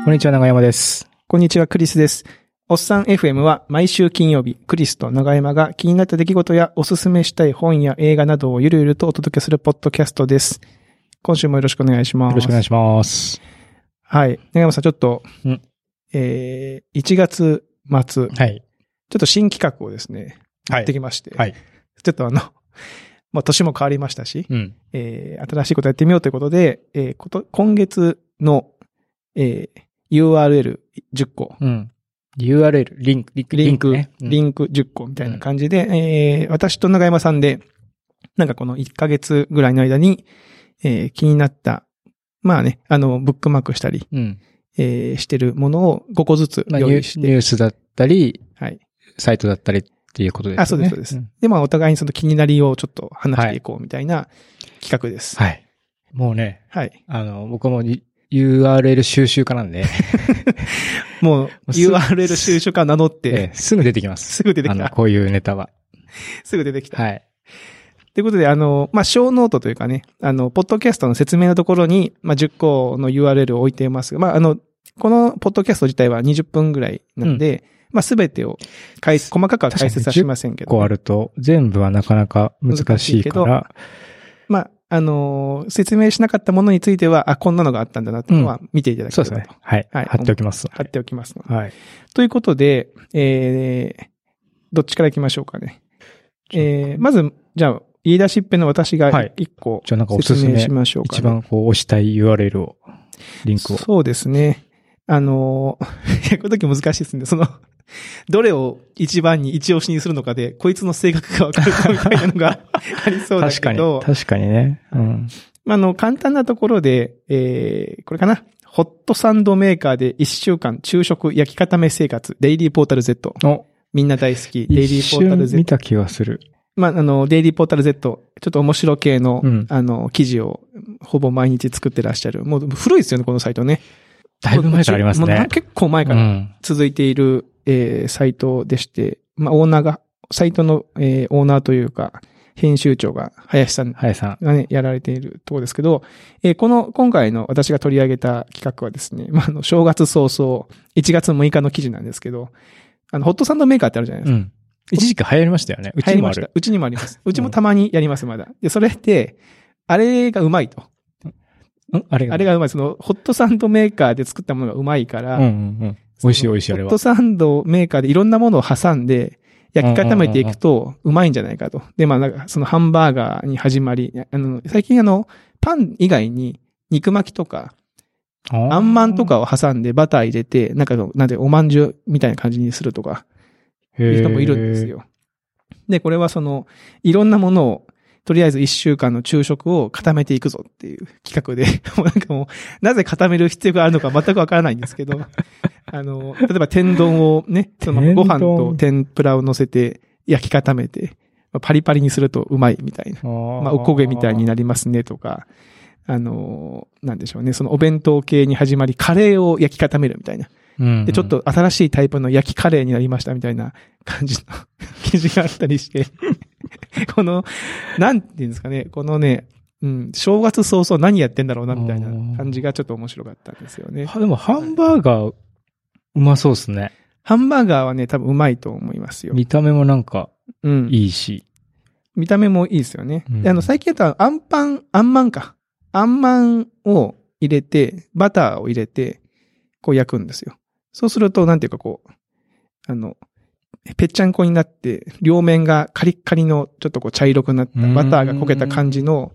こんにちは、長山です。 こんにちは、クリスです。おっさん FM は毎週金曜日、クリスと長山が気になった出来事やおすすめしたい本や映画などをゆるゆるとお届けするポッドキャストです。今週もよろしくお願いします。 よろしくお願いします。 はい。長山さん、ちょっと、1月末、はい、ちょっと新企画をですね、やってきまして、はい、ちょっとまあ、年も変わりましたし、新しいことやってみようということで、今月の、URL10 個。 URL、リンク、 ね、リンク10個みたいな感じで、私と長山さんで、なんかこの1ヶ月ぐらいの間に、気になった、まあね、ブックマークしたり、してるものを5個ずつ用意して。 ニュースだったり、 はい。 サイトだったりっていうことですね。 そうです、そうです。で、まあお互いにその気になりをちょっと話していこうみたいな企画です。 はい。もうね、 はい。 僕もURL 収集家なんで。 もう URL 収集家名乗って、 すぐ出てきます。 すぐ出てきた。 こういうネタは。 すぐ出てきた。 はい。 ということで、まあ、小ノートというかね、ポッドキャストの説明のところに、まあ、10個の URL を置いていますが、まあ、このポッドキャスト自体は20分ぐらいなんで、まあ、すべてを細かくは解説はしませんけど、 10個あると、全部はなかなか難しいから。 まあ、説明しなかったものについては、こんなのがあったんだなっていうのは見ていただければと。 そうですね。はい。貼っておきます。 貼っておきますので。はい。 ということで、どっちから行きましょうかね。まず、じゃあ、言い出しっぺの私が1個説明しましょうか、ね。 一番押したい URL を、リンクを。 そうですね。この時難しいですね。どれを一番に一押しにするのかで、こいつの性格がわかるかみたいなのがありそうだけど。 確かにね。 簡単なところで、これかな。ホットサンドメーカーで1週間昼食焼き固め生活、デイリーポータル Z。みんな大好き、デイリーポータル Z。 見た気がする。 まあ、デイリーポータル Z、ちょっと面白系の、記事をほぼ毎日作ってらっしゃる。もう古いですよね、このサイトね。 だいぶ前からありますね。 結構前から続いている、サイトでして、まあ、サイトの、オーナーというか、編集長が林さんがね、やられているところですけど、今回の私が取り上げた企画はですね、まあ、正月早々、1月6日の記事なんですけど、ホットサンドメーカーってあるじゃないですか。 一時期流行りましたよね。うちにもある。 うちにもあります。うちもたまにやります、まだ。で、それって、あれがうまいと。あれがうまい。ホットサンドメーカーで作ったものがうまいから、 美味しいあれは。 ホットサンドメーカーでいろんなものを挟んで、焼き固めていくとうまいんじゃないかと。で、まあ、なんかそのハンバーガーに始まり、最近パン以外に肉巻きとか、あんまんとかを挟んでバター入れて、なんでおまんじゅうみたいな感じにするとか、いう人もいるんですよ。で、これはいろんなものを、とりあえず1週間の昼食を固めていくぞっていう企画で、なぜ固める必要があるのか全くわからないんですけど、例えば天丼をね、ご飯と天ぷらを乗せて焼き固めて、パリパリにするとうまいみたいな。まあ、おこげみたいになりますねとか、なんでしょうね、お弁当系に始まり、カレーを焼き固めるみたいな。で、ちょっと新しいタイプの焼きカレーになりましたみたいな感じの記事があったりして、なんていうんですかね、正月早々何やってんだろうなみたいな感じがちょっと面白かったんですよね。 でもハンバーガー、うまそうですね。 ハンバーガーはね、多分うまいと思いますよ。 見た目もなんか、いいし。 見た目もいいですよね。で、最近だとあんまんか。あんまんを入れて、バターを入れて、焼くんですよ。そうすると、なんていうかぺっちゃんこになって、両面がカリッカリの、ちょっと茶色くなった、バターが焦げた感じの、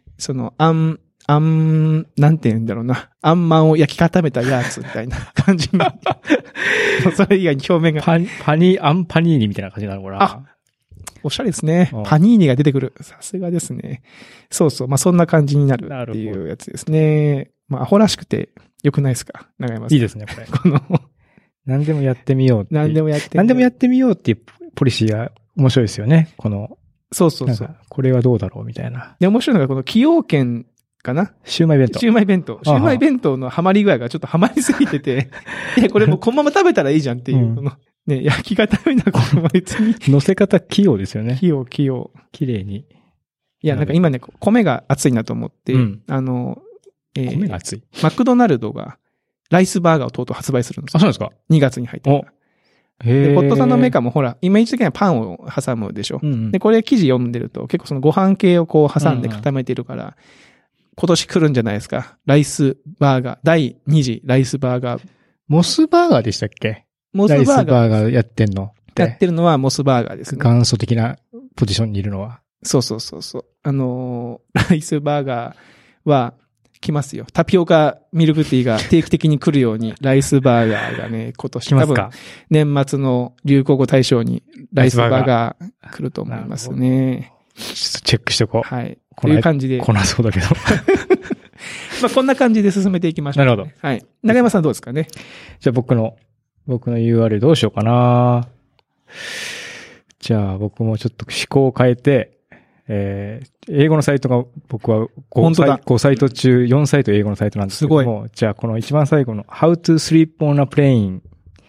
なんて言うんだろうな、あんまんを焼き固めたやつみたいな感じの。それ以外に表面が。 パニーニみたいな感じなのかな。 おしゃれですね。パニーニが出てくる。さすがですね。そうそう。まあ、そんな感じになるっていうやつですね。まあ、アホらしくて良くないですか、長山さん。 いいですね、これ。何でもやってみよう。 何でもやってみようっていうポリシーが面白いですよね。 そうそうそう。 これはどうだろうみたいな。 で、面白いのがこの崎陽軒かな？ シウマイ弁当。 シウマイ弁当のハマり具合がちょっとハマりすぎてて、これもうこのまま食べたらいいじゃんっていう、ね、焼き固めなこの別に。 乗せ方器用ですよね。 器用。 綺麗に。 いや、今ね、米が熱いなと思って、 米が熱い。 マクドナルドがライスバーガーをとうとう発売するんですよ。 あ、そうなんですか？ 2 月に入ってから。 へで、ホットサンドメーカーもほら、イメージ的にはパンを挟むでしょ。 うんうん、 で、これ記事読んでると結構そのご飯系をこう挟んで固めてるから、今年来るんじゃないですか。ライスバーガー、第2次ライスバーガー。 モスバーガーでしたっけ？ モスバーガー。 ライスバーガーやってんの。 やってるのはモスバーガーですね。 元祖的なポジションにいるのは。 そうそうそうそう。ライスバーガーは来ますよ。タピオカミルクティーが定期的に来るように、ライスバーガーがね、今年多分年末の流行語大賞にライスバーガー来ると思いますね。 ちょっとチェックしておこう。 はい。という感じで。 来なそうだけど。 まあこんな感じで進めていきましょう、ね。 なるほど。 はい。長山さんどうですかね？ じゃあ僕の URL どうしようかな。じゃあ僕もちょっと思考を変えて、英語のサイトが僕は5サイト中4サイト英語のサイトなんですけども、すごい。じゃあこの一番最後の How to sleep on a plane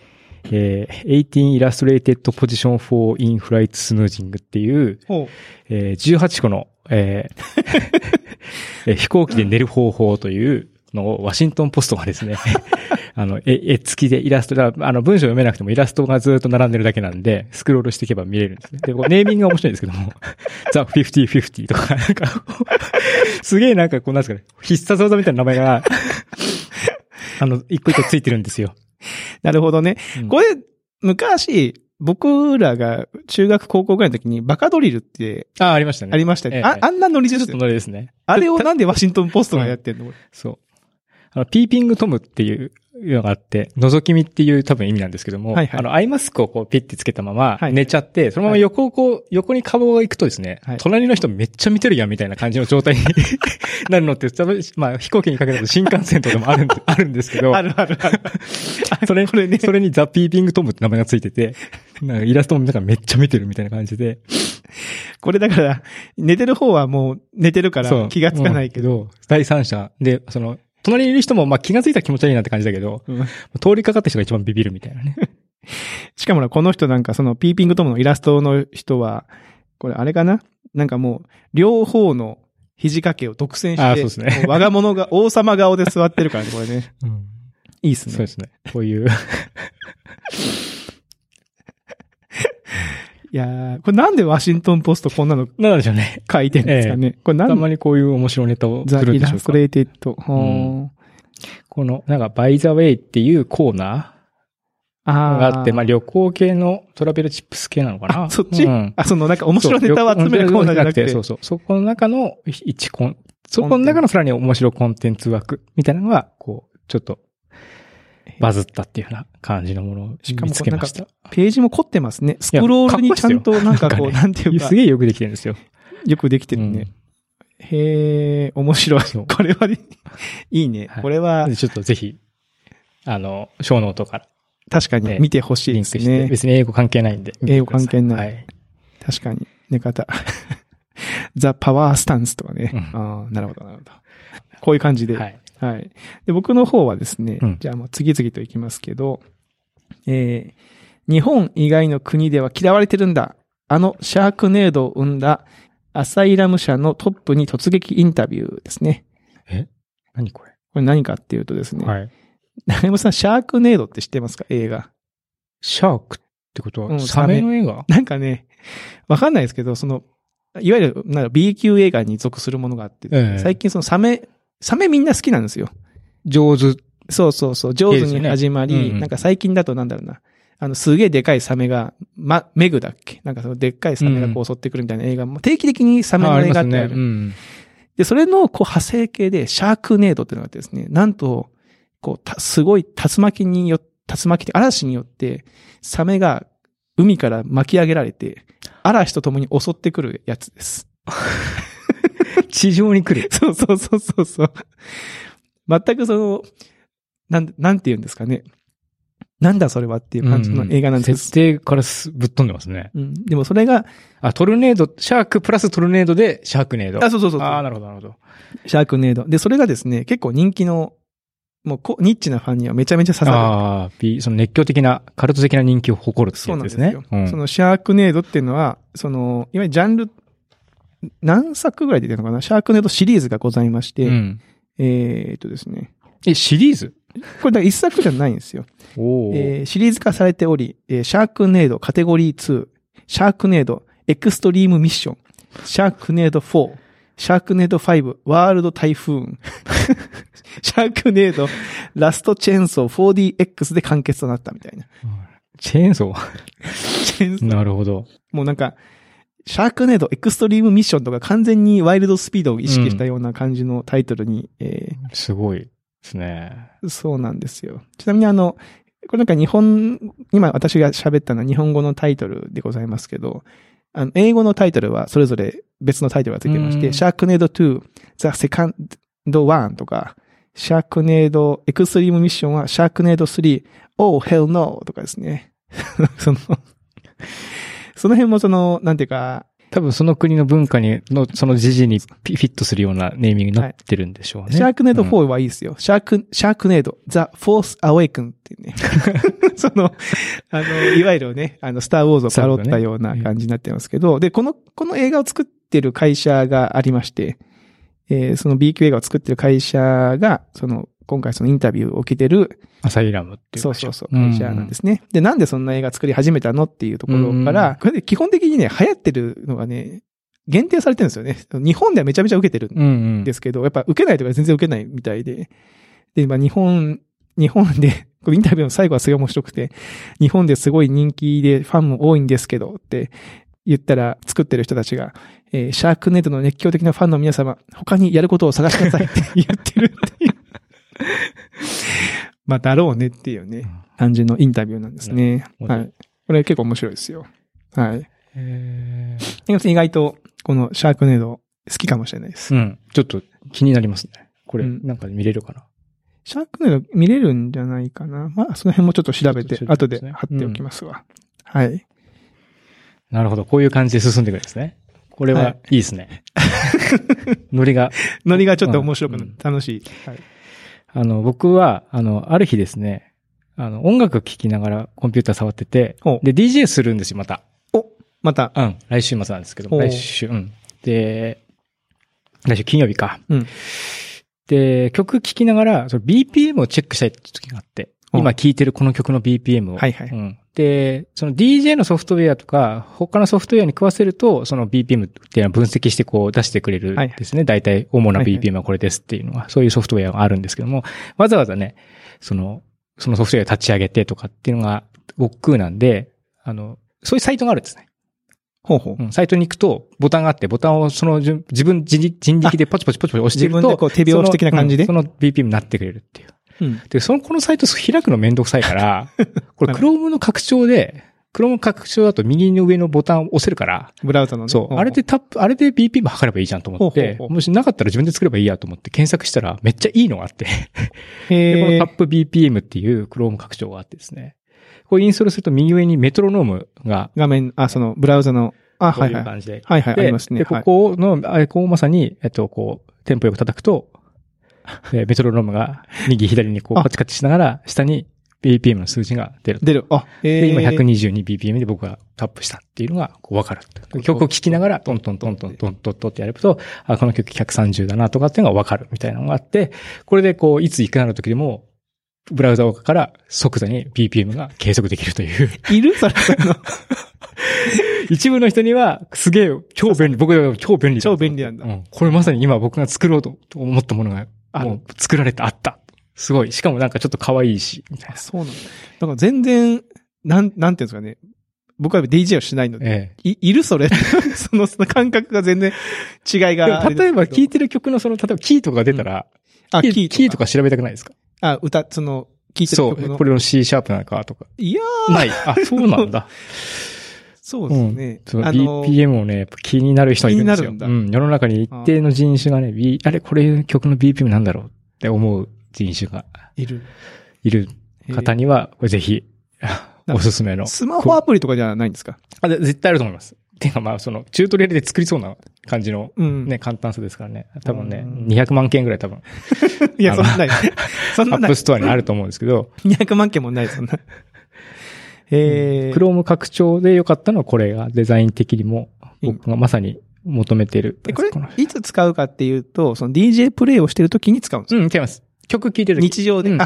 18 illustrated position for in-flight snoozing っていう、18個の、飛行機で寝る方法というのをワシントンポストがですね、絵付きでイラストだ、文章読めなくてもイラストがずっと並んでるだけなんで、スクロールしていけば見れるんですね。で、こうネーミングが面白いんですけども、The 50-50とか、なんか、すげえなんかこうなんですかね、必殺技みたいな名前が、一個一個ついてるんですよ。 なるほどね。うん、これ、昔、僕らが中学高校ぐらいの時にバカドリルって、 ありましたね。 ありましたね。あんなノリですよ。 ちょっとノリですね。 あれをなんでワシントンポストがやってんの？ そう。ピーピングトムっていうのがあって、覗き見っていう多分意味なんですけども、はいはい、アイマスクをこうピッてつけたまま寝ちゃって、はい、そのまま横に顔が行くとですね、はい、隣の人めっちゃ見てるやんみたいな感じの状態になるのって、まあ飛行機にかけると新幹線とかもあるんですけど、 ある。 それにザ・ピーピングトムって名前がついてて、なんかイラストもなんかめっちゃ見てるみたいな感じで。 これだから、寝てる方はもう寝てるから気がつかないけど。 第三者で、隣にいる人もまあ気がついたら気持ち悪いなって感じだけど、通りかかった人が一番ビビるみたいなね。 しかもこの人なんかピーピングトムのイラストの人は、これあれかな？なんかもう、両方の肘掛けを独占して、 そうですね。 我が物が王様顔で座ってるからね、これね。うん、いいっすね。 そうですね。こういう。 いやー、これなんでワシントンポストこんなのなんでしょうね。 書いてるんですかね。これたまにこういう面白いネタをするんでしょうか。ザ・イラストレーテッド。 この、なんか、バイザウェイっていうコーナーがあって、まあ旅行系のトラベルチップス系なのかな。 そっち、なんか面白いネタを集めるコーナーじゃなくて。 そう。そこの中のそこの中のさらに面白いコンテンツ枠みたいなのが、こう、ちょっと、バズったっていうような感じのものを見つけました。 ページも凝ってますね。スクロールにちゃんとなんかこう、なんていうか。 すげえよくできてるんですよ。 よくできてるね。へえ、面白い。これは、いいね。これは。 ちょっとぜひ、ショーノートから。 確かに見てほしいですね。 別に英語関係ないんで。 英語関係ない。確かに。寝方。ザ・パワースタンスとかね。なるほど。こういう感じで。はい。で、僕の方はですね、じゃあもう次々といきますけど、日本以外の国では嫌われてるんだ。シャークネードを生んだアサイラム社のトップに突撃インタビューですね。 何これ？ これ何かっていうとですね。 はい。 中山さん、シャークネードって知ってますか？映画。 シャークってことは、サメの映画？ なんかね、わかんないですけど、いわゆる、B 級映画に属するものがあって、最近サメみんな好きなんですよ。 上手。 そう。上手に始まり、なんか最近だとなんだろうな。すげえでかいサメが、メグだっけ？なんかでっかいサメがこう襲ってくるみたいな映画も定期的にサメの映画ってある。で、それの派生系でシャークネードっていうのがあってですね、なんと、すごい嵐によって、サメが海から巻き上げられて、嵐と共に襲ってくるやつです。 地上に来る。 そう。全くなんて言うんですかね。なんだそれはっていう感じの映画なんです。 設定からぶっ飛んでますね。 でもそれが、 トルネード、シャークプラストルネードでシャークネード。 そう。 なるほど。 シャークネード。で、それがですね、結構人気の、もうニッチなファンにはめちゃめちゃ刺さる。 その熱狂的な、カルト的な人気を誇るってやつですね。 そうなんですよ。そのシャークネードっていうのは、いわゆるジャンル、何作ぐらいで出てるのかな？シャークネードシリーズがございまして、ですね。 シリーズこれだから一作じゃないんですよ。 おー。 シリーズ化されており、シャークネードカテゴリー2、シャークネードエクストリームミッション、シャークネード4、シャークネード5、ワールドタイフーン、シャークネードラストチェーンソー 4DX で完結となったみたいな。 チェーンソーチェーンソーなるほど。 もうなんか、シャークネードエクストリームミッションとか完全にワイルドスピードを意識したような感じのタイトルに、 すごいですね。 そうなんですよ。ちなみにこれなんか今私が喋ったのは日本語のタイトルでございますけど、英語のタイトルはそれぞれ別のタイトルがついてまして、シャークネード2、The Second One とか、シャークネードエクストリームミッションはシャークネード3、Oh Hell No とかですね。その辺もなんていうか、 多分その国の文化その時事にフィットするようなネーミングになってるんでしょうね。 シャークネード4はいいですよ。シャークネード、The Force Awaken っていうね。いわゆるね、スターウォーズをパロったような感じになってますけど、で、この映画を作ってる会社がありまして、その B 級映画を作ってる会社が、今回そのインタビューを受けてる、 アサイラムっていう会社なんですね。で、なんでそんな映画作り始めたのっていうところから、これで基本的にね、流行ってるのがね、限定されてるんですよね。日本ではめちゃめちゃ受けてるんですけど、やっぱ受けないとか全然受けないみたいで。で、日本で、これインタビューの最後はすごい面白くて、日本ですごい人気でファンも多いんですけどって言ったら作ってる人たちが、シャークネードの熱狂的なファンの皆様、他にやることを探しなさいって言ってるっていう。まあ、だろうねっていうね、感じのインタビューなんですね。はい。これ結構面白いですよ。はい。意外と、このシャークネード好きかもしれないです。 うん。ちょっと気になりますね。これ、なんか見れるかな。 シャークネード見れるんじゃないかな。まあ、その辺もちょっと調べて、後で貼っておきますわ。はい。 なるほど。こういう感じで進んでいくんですね。これはいいですね。ノリがちょっと面白く楽しい。はい。 僕は、ある日ですね、音楽聴きながらコンピューター触ってて、で、DJ するんですよ、また。 また。 うん。来週末なんですけど、来週金曜日か。で、曲聴きながら、BPM をチェックしたいって時があって、今聴いてるこの曲の BPM を。 はいはい。 で、その DJ のソフトウェアとか、他のソフトウェアに食わせると、その BPM っていうのは分析してこう出してくれるんですね。大体、主な BPM はこれですっていうのは、そういうソフトウェアがあるんですけども、わざわざね、そのソフトウェアを立ち上げてとかっていうのが、億劫なんで、そういうサイトがあるんですね。サイトに行くと、ボタンがあって、ボタンを自分人力でポチポチ押していくと、 自分でこう手拍子的な感じでその BPM になってくれるっていう。で、このサイト開くのめんどくさいから、これ Chrome の拡張だと右の上のボタンを押せるから、 ブラウザのね。 そう。あれで BPM 測ればいいじゃんと思って、もしなかったら自分で作ればいいやと思って検索したらめっちゃいいのがあって。で、このタップ BPM っていう Chrome 拡張があってですね。これインストールすると右上にメトロノームが。 画面、ブラウザの、 こういう感じで。 はいはい、ありますね。 で、ここの、こうまさに、こう、テンポよく叩くと、メトロノームが右左にこうカチカチしながら、下に BPM の数字が出る。で、今 122BPM で僕がタップしたっていうのがこうわかる。曲を聴きながら、トントントントントントントンってやると、この曲130だなとかっていうのがわかるみたいなのがあって、これでこう、いついかなる時でも、ブラウザから即座に BPM が計測できるという。 いるそれ一部の人には、すげえ、超便利。僕は超便利だ。 超便利なんだ。 これまさに今僕が作ろうと思ったものが、もう作られてあった。すごい。しかもなんかちょっと可愛いし、みたいな。 そうなんだ。だから全然、なんていうんですかね。僕は DJ をしないので。いるそれその感覚が全然違いが。 例えば聴いてる曲の例えばキーとか出たら、キーとか調べたくないですか？ 聴いてる曲の。 そう、これの C シャープなのかとか。 いやー。ない。そうなんだ。 そうですね。 BPM をね、気になる人いるんですよ。 気になるんだ。 世の中に一定の人種がね、これ曲の BPM なんだろうって思う人種がいる方には、これぜひ、おすすめの。 スマホアプリとかじゃないんですか？ 絶対あると思います。てかチュートリアルで作りそうな感じのね、簡単さですからね。多分ね、200万件ぐらい多分。 いや、そんなない。 そんなない。アップストアにあると思うんですけど。 200万件もない、そんな。 Chrome 拡張で良かったのはこれがデザイン的にも僕がまさに求めてる。 これ、いつ使うかっていうと、その DJ プレイをしてるときに使うんですか？ 使います。曲聴いてる日常で。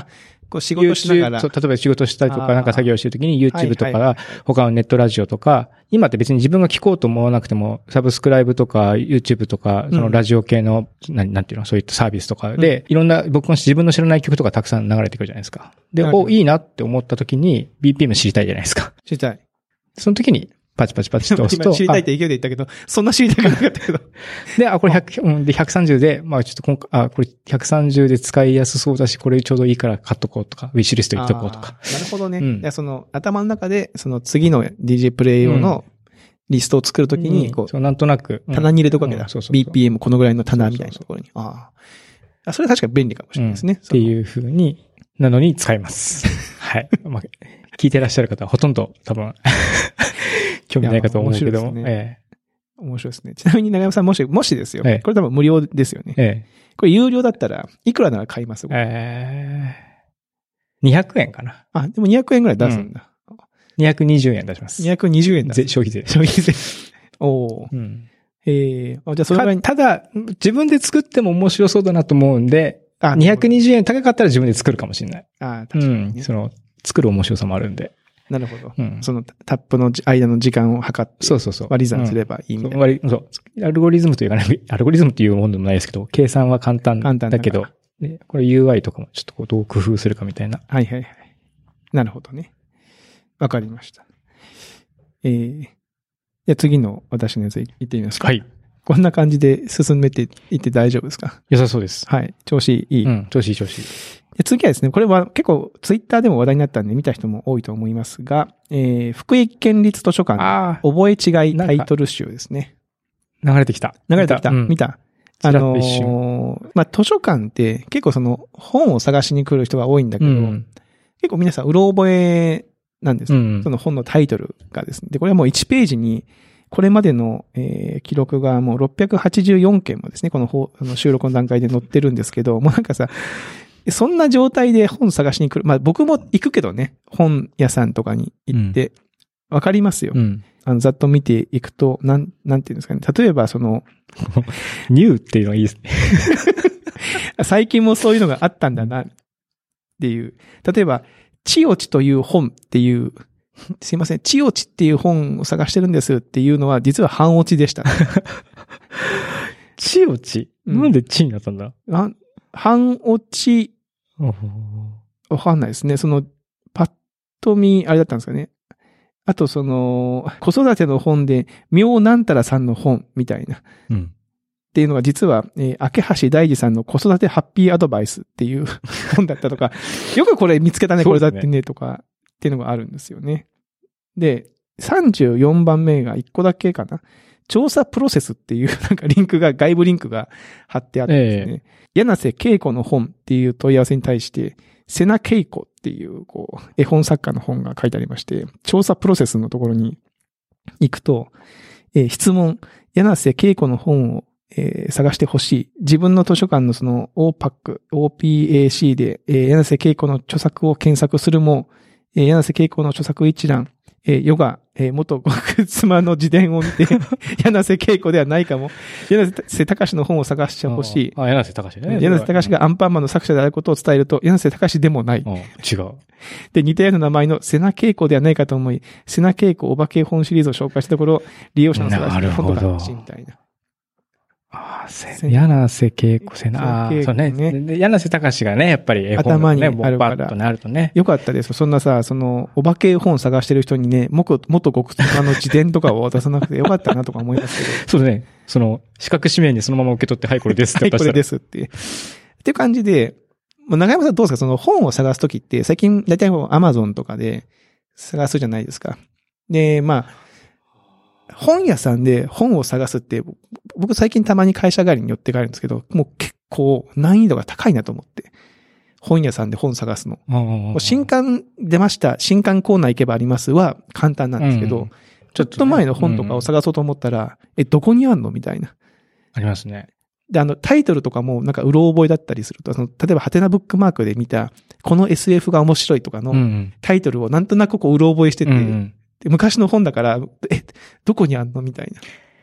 こう仕事しながら。 そう、例えば仕事したりとか、なんか作業してるときに YouTube とはいはいか、他のネットラジオとか、今って別に自分が聞こうと思わなくても、サブスクライブとか、YouTube とか、そのラジオ系の、なんていうの、そういったサービスとかで、いろんな僕の自分の知らない曲とかたくさん流れてくるじゃないですか。で、いいなって思ったときに、BPM 知りたいじゃないですか。 知りたい。 その時に、パチパチパチと押すと。 今知りたいって勢いで言ったけど、そんな知りたくなかったけど。 で、これ100、で、130で、まあちょっとこれ130で使いやすそうだし、これちょうどいいから買っとこうとか、ウィッシュリスト入れとこうとか。 なるほどね。いや、その、頭の中で、その次の DJ プレイ用のリストを作るときに、こう、 なんとなく。 棚に入れとくわけだ。 そうそう。 BPM このぐらいの棚みたいなところに。それは確かに便利かもしれないですね。 っていう風に、なのに使います。はい。まあ、聞いてらっしゃる方はほとんど多分、興味ないかと思うけども。 面白いですね。ちなみに長山さんもしですよ。これ多分無料ですよね。これ有料だったら、いくらなら買います？ 200円かな。 でも200円ぐらい出すんだ。 220円出します。 220円だ。 消費税。 消費税。おー。じゃあそれぐらいただ、自分で作っても面白そうだなと思うんで、220円高かったら自分で作るかもしれない。 確かに、ね。 その、作る面白さもあるんで。 なるほど。そのタップの間の時間を測って、割り算すればいいみたいな。 そう。アルゴリズムというかね、アルゴリズムっていうものでもないですけど、計算は簡単だけど、これ UI とかもちょっとこうどう工夫するかみたいな。 はいはいはい。なるほどね。わかりました。じゃあ次の私のやつ行ってみますか。 はい。 こんな感じで進めていって大丈夫ですか？ 良さそうです。 はい。調子いい。 調子いい。 次はですね、これは結構ツイッターでも話題になったんで見た人も多いと思いますが、福井県立図書館の覚え違いタイトル集ですね。 流れてきた。 見た。図書館って結構その本を探しに来る人が多いんだけど、結構皆さんうろ覚えなんです。その本のタイトルがですね。で、これはもう1ページに、これまでの、記録がもう684件もですね、この収録の段階で載ってるんですけど、もうなんかさ、そんな状態で本探しに来る。僕も行くけどね、本屋さんとかに行って、わかりますよ。ざっと見ていくと、なんていうんですかね。例えばその、 ニューっていうのがいいですね。 最近もそういうのがあったんだな、っていう。例えば、ちよちという本っていう、すいません、ちよちっていう本を探してるんですっていうのは、実は半落ちでした、ね。 ちよちなんでちになったんだ？ 半落ち、わかんないですね。その、パッと見、あれだったんですかね。あと、その、子育ての本で、妙なんたらさんの本みたいな。っていうのが実は、明橋大二さんの子育てハッピーアドバイスっていう本だったとか、よくこれ見つけたね、これだってね、とか、っていうのがあるんですよね。で、34番目が1個だけかな。調査プロセスっていうなんかリンクが、外部リンクが貼ってあってですね。柳瀬恵子の本っていう問い合わせに対して、瀬名恵子っていう、絵本作家の本が書いてありまして、調査プロセスのところに行くと、質問、柳瀬恵子の本を探してほしい。自分の図書館のその OPAC で、柳瀬恵子の著作を検索するも、柳瀬恵子の著作一覧、ヨガ、元極妻の自伝を見て、柳瀬恵子ではないかも。柳瀬隆の本を探してほしい。 柳瀬隆ね。 柳瀬隆がアンパンマンの作者であることを伝えると、柳瀬隆でもない。 違う。 で、似たような名前の瀬名恵子ではないかと思い、瀬名恵子お化け本シリーズを紹介したところ、利用者の探し本とか欲しいみたいな。 柳瀬恵子、そうね。柳瀬隆がね、やっぱり絵本がね、 頭にあるから。 バッとなるとね。 よかったです。そんなさ、その、お化け本探してる人にね、元極妻の自伝とかを渡さなくてよかったなとか思いますけど。 そうですね。その、資格紙面にそのまま受け取って、はい、これですって渡したら。 はい、これですって。っていう感じで、長山さんどうですか？その本を探すときって、最近、だいたいAmazonとかで探すじゃないですか。で、本屋さんで本を探すって、僕最近たまに会社帰りに寄って帰るんですけど、もう結構難易度が高いなと思って。本屋さんで本探すの。新刊出ました。新刊コーナー行けばありますは簡単なんですけど、ちょっと前の本とかを探そうと思ったら、どこにあんのみたいな。 ありますね。 で、タイトルとかもなんかうろ覚えだったりすると、例えばハテナブックマークで見た、この SF が面白いとかのタイトルをなんとなくうろ覚えしてて、で昔の本だから、どこにあんのみたいな。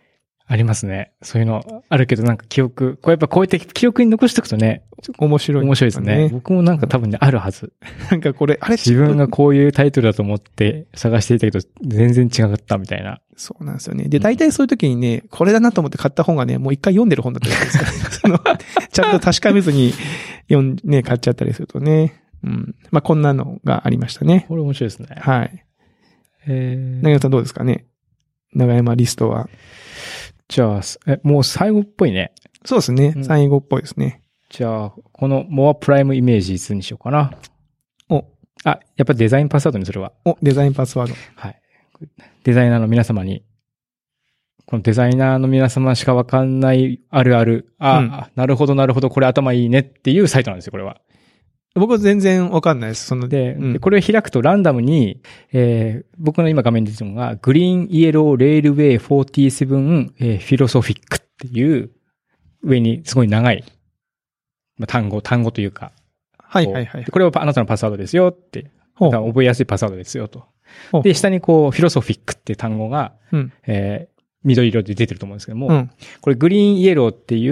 ありますね。そういうのあるけどなんか記憶、こうやっぱこうやって記憶に残しておくとね、 面白い、 面白いですね。僕もなんか多分ね、あるはず。 なんかこれ、あれ自分がこういうタイトルだと思って探していたけど、全然違ったみたいな。 そうなんですよね。で、大体そういう時にね、これだなと思って買った本がね、もう一回読んでる本だったりするんですよ。ちゃんと確かめずに買っちゃったりするとね。うん。まあ、こんなのがありましたね。 これ面白いですね。 はい。長山さんどうですかね？長山リストは。 じゃあ、もう最後っぽいね。 そうですね。最後っぽいですね。 じゃあ、このモアプライムイメージ図にしようかな。やっぱりデザインパスワードにするわ。 デザインパスワード。 はい。デザイナーの皆様に、このデザイナーの皆様しかわかんないあるある。なるほどなるほど、これ頭いいねっていうサイトなんですよ、これは。 僕は全然わかんないです。 で、これを開くとランダムに、僕の今画面に出てるのが、グリーンイエローレールウェイ47、フィロソフィックっていう上にすごい長い、単語というか。 はいはいはい。 これはあなたのパスワードですよって。覚えやすいパスワードですよと。で、下にこう、フィロソフィックって単語が、緑色で出てると思うんですけども、これグリーンイエローっていう、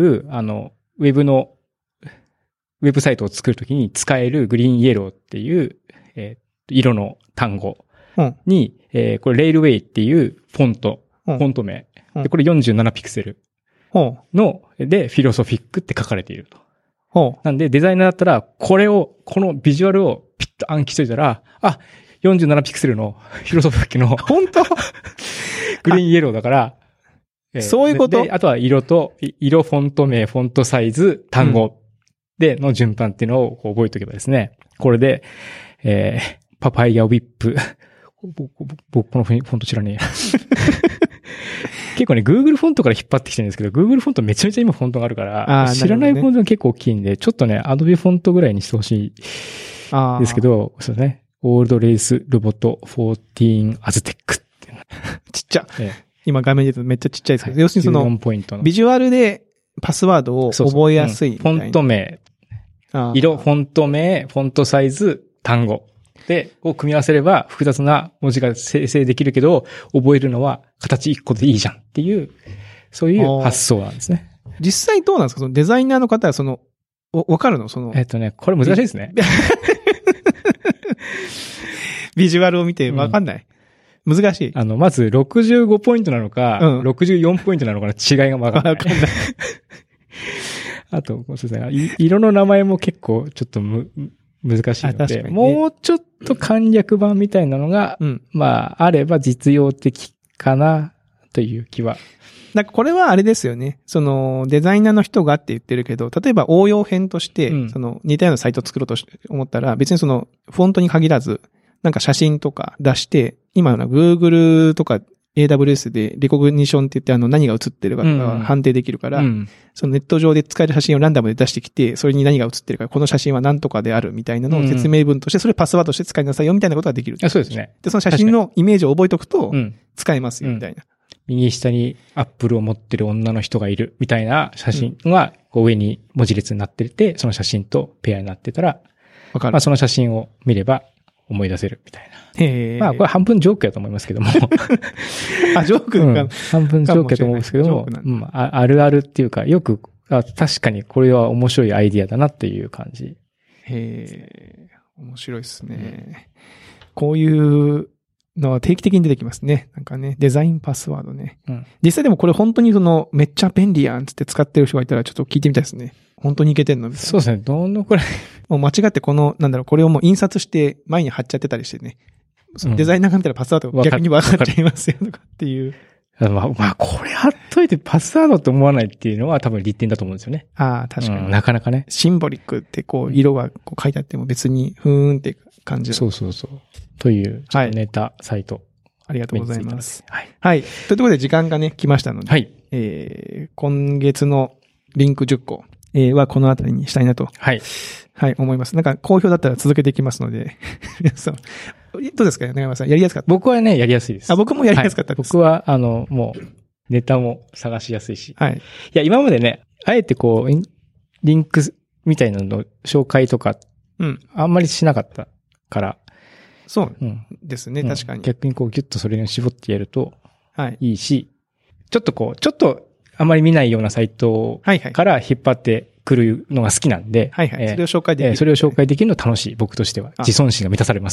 ウェブサイトを作るときに使えるグリーンイエローっていう、色の単語に、これレールウェイっていうフォント名。で、これ47ピクセルで、フィロソフィックって書かれていると。なんで、デザイナーだったら、このビジュアルをピッと暗記しといたら、47ピクセルのフィロソフィックの、 本当グリーンイエローだから、 そういうこと？ で、あとは色、フォント名、フォントサイズ、単語での順番っていうのを覚えておけばですね、これで、パパイヤウィップ、僕このフォント知らねえ。結構ね、Google フォントから引っ張ってきてるんですけど、Google フォントめちゃめちゃ今フォントがあるから、知らないフォントが結構大きいんで、ちょっとね、Adobe フォントぐらいにしてほしいですけど、そうですね。オールドレースロボット14アズテックっていうの。 ちっちゃ。今画面で言うとめっちゃちっちゃいですけど、要するにその、ビジュアルでパスワードを覚えやすいみたいな。 フォント名、色、フォント名、フォントサイズ、単語。を組み合わせれば複雑な文字が生成できるけど、覚えるのは形1個でいいじゃんっていう、そういう発想なんですね。 実際どうなんですか？そのデザイナーの方はわかるの？これ難しいですね。 ビジュアルを見てわかんない、難しい。 まず65ポイントなのか、64ポイントなのかの違いがわかんない。わかんない。あと、そうですね、色の名前も結構ちょっと難しいので、もうちょっと簡略版みたいなのが、あれば実用的かなという気は。 なんかこれはあれですよね。デザイナーの人がって言ってるけど、例えば応用編として、似たようなサイトを作ろうと思ったら、別にフォントに限らず、なんか写真とか出して、今の Google とか AWS でリコグニションって言って何が写ってるかとか判定できるから、そのネット上で使える写真をランダムで出してきて、それに何が写ってるか、この写真は何とかであるみたいなのを説明文として、それパスワードとして使いなさいよみたいなことができる。 そうですね。 で、その写真のイメージを覚えておくと、使えますよみたいな。 右下にアップルを持ってる女の人がいるみたいな写真が上に文字列になってて、その写真とペアになってたら、その写真を見れば思い出せるみたいな。これ半分ジョークやと思いますけども。 ジョークか、 半分ジョークやと思うんですけども、あるあるっていうか、よく、確かにこれは面白いアイディアだなっていう感じ。 面白いですね。こういうのは定期的に出てきますね。なんかね、デザインパスワードね。実際でもこれ本当にめっちゃ便利やんつって使ってる人がいたらちょっと聞いてみたいですね。本当にいけてんのみたいな。 そうですね。どのくらい。 もう間違ってこれをもう印刷して前に貼っちゃってたりしてね。デザイナーが見たらパスワードが逆に分かっちゃいますよとかっていう。 これ貼っといてパスワードって思わないっていうのは多分利点だと思うんですよね。 確かに。 なかなかね。 シンボリックって色が書いてあっても別にふーんって感じ。 そう。という、ちょっとネタサイト。 ありがとうございます。はい。というところで時間がね、来ましたので、今月のリンク10個はこのあたりにしたいなと。思います。なんか好評だったら続けていきますので。どうですか、長山さん。やりやすかった？ 僕はね、やりやすいです。 僕もやりやすかったです。 僕は、もう、ネタも探しやすいし。いや、今までね、あえてリンクみたいなのの紹介とか、あんまりしなかったから。 そうですね、確かに。 逆にギュッとそれに絞ってやると、いいし、ちょっとあまり見ないようなサイトはいはい。 から引っ張ってくるのが好きなんで、 はいはい。それを紹介できる。 それを紹介できるの楽しい、僕としては。自尊心が満たされます。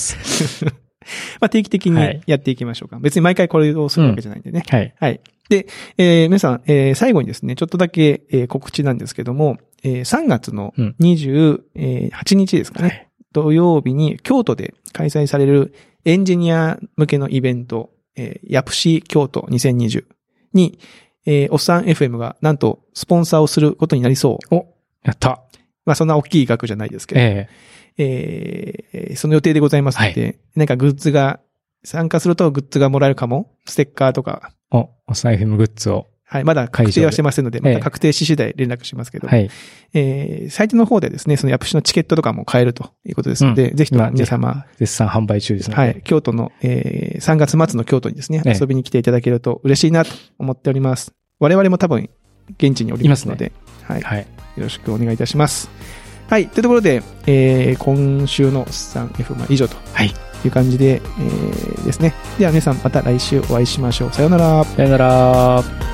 まあ定期的にやっていきましょうか。別に毎回これをするわけじゃないんでね。 はい。 はい。で、皆さん、最後にですね、ちょっとだけ、告知なんですけども、3月の28日ですかね。はい、土曜日に京都で開催されるエンジニア向けのイベント、ヤプシ京都2020に、おっさん FM がなんとスポンサーをすることになりそう。 お、やった。 まあそんな大きい額じゃないですけど、その予定でございますので、はい、なんかグッズが、参加するとグッズがもらえるかも、ステッカーとか。 おっさん FM グッズを。 はい、まだ確定はしてませんので、また確定し次第連絡しますけど、はい、サイトの方でですね、そのヤプシのチケットとかも買えるということですので、ぜひとも皆様、 絶賛販売中ですので、 はい、京都の、3月末の京都にですね、遊びに来ていただけると嬉しいなと思っております。我々も多分、現地におりますので、はい、はい、よろしくお願いいたします。はい、というところで、今週の3 F は以上という感じで、ですね。では皆さんまた来週お会いしましょう。さようなら。 さようなら。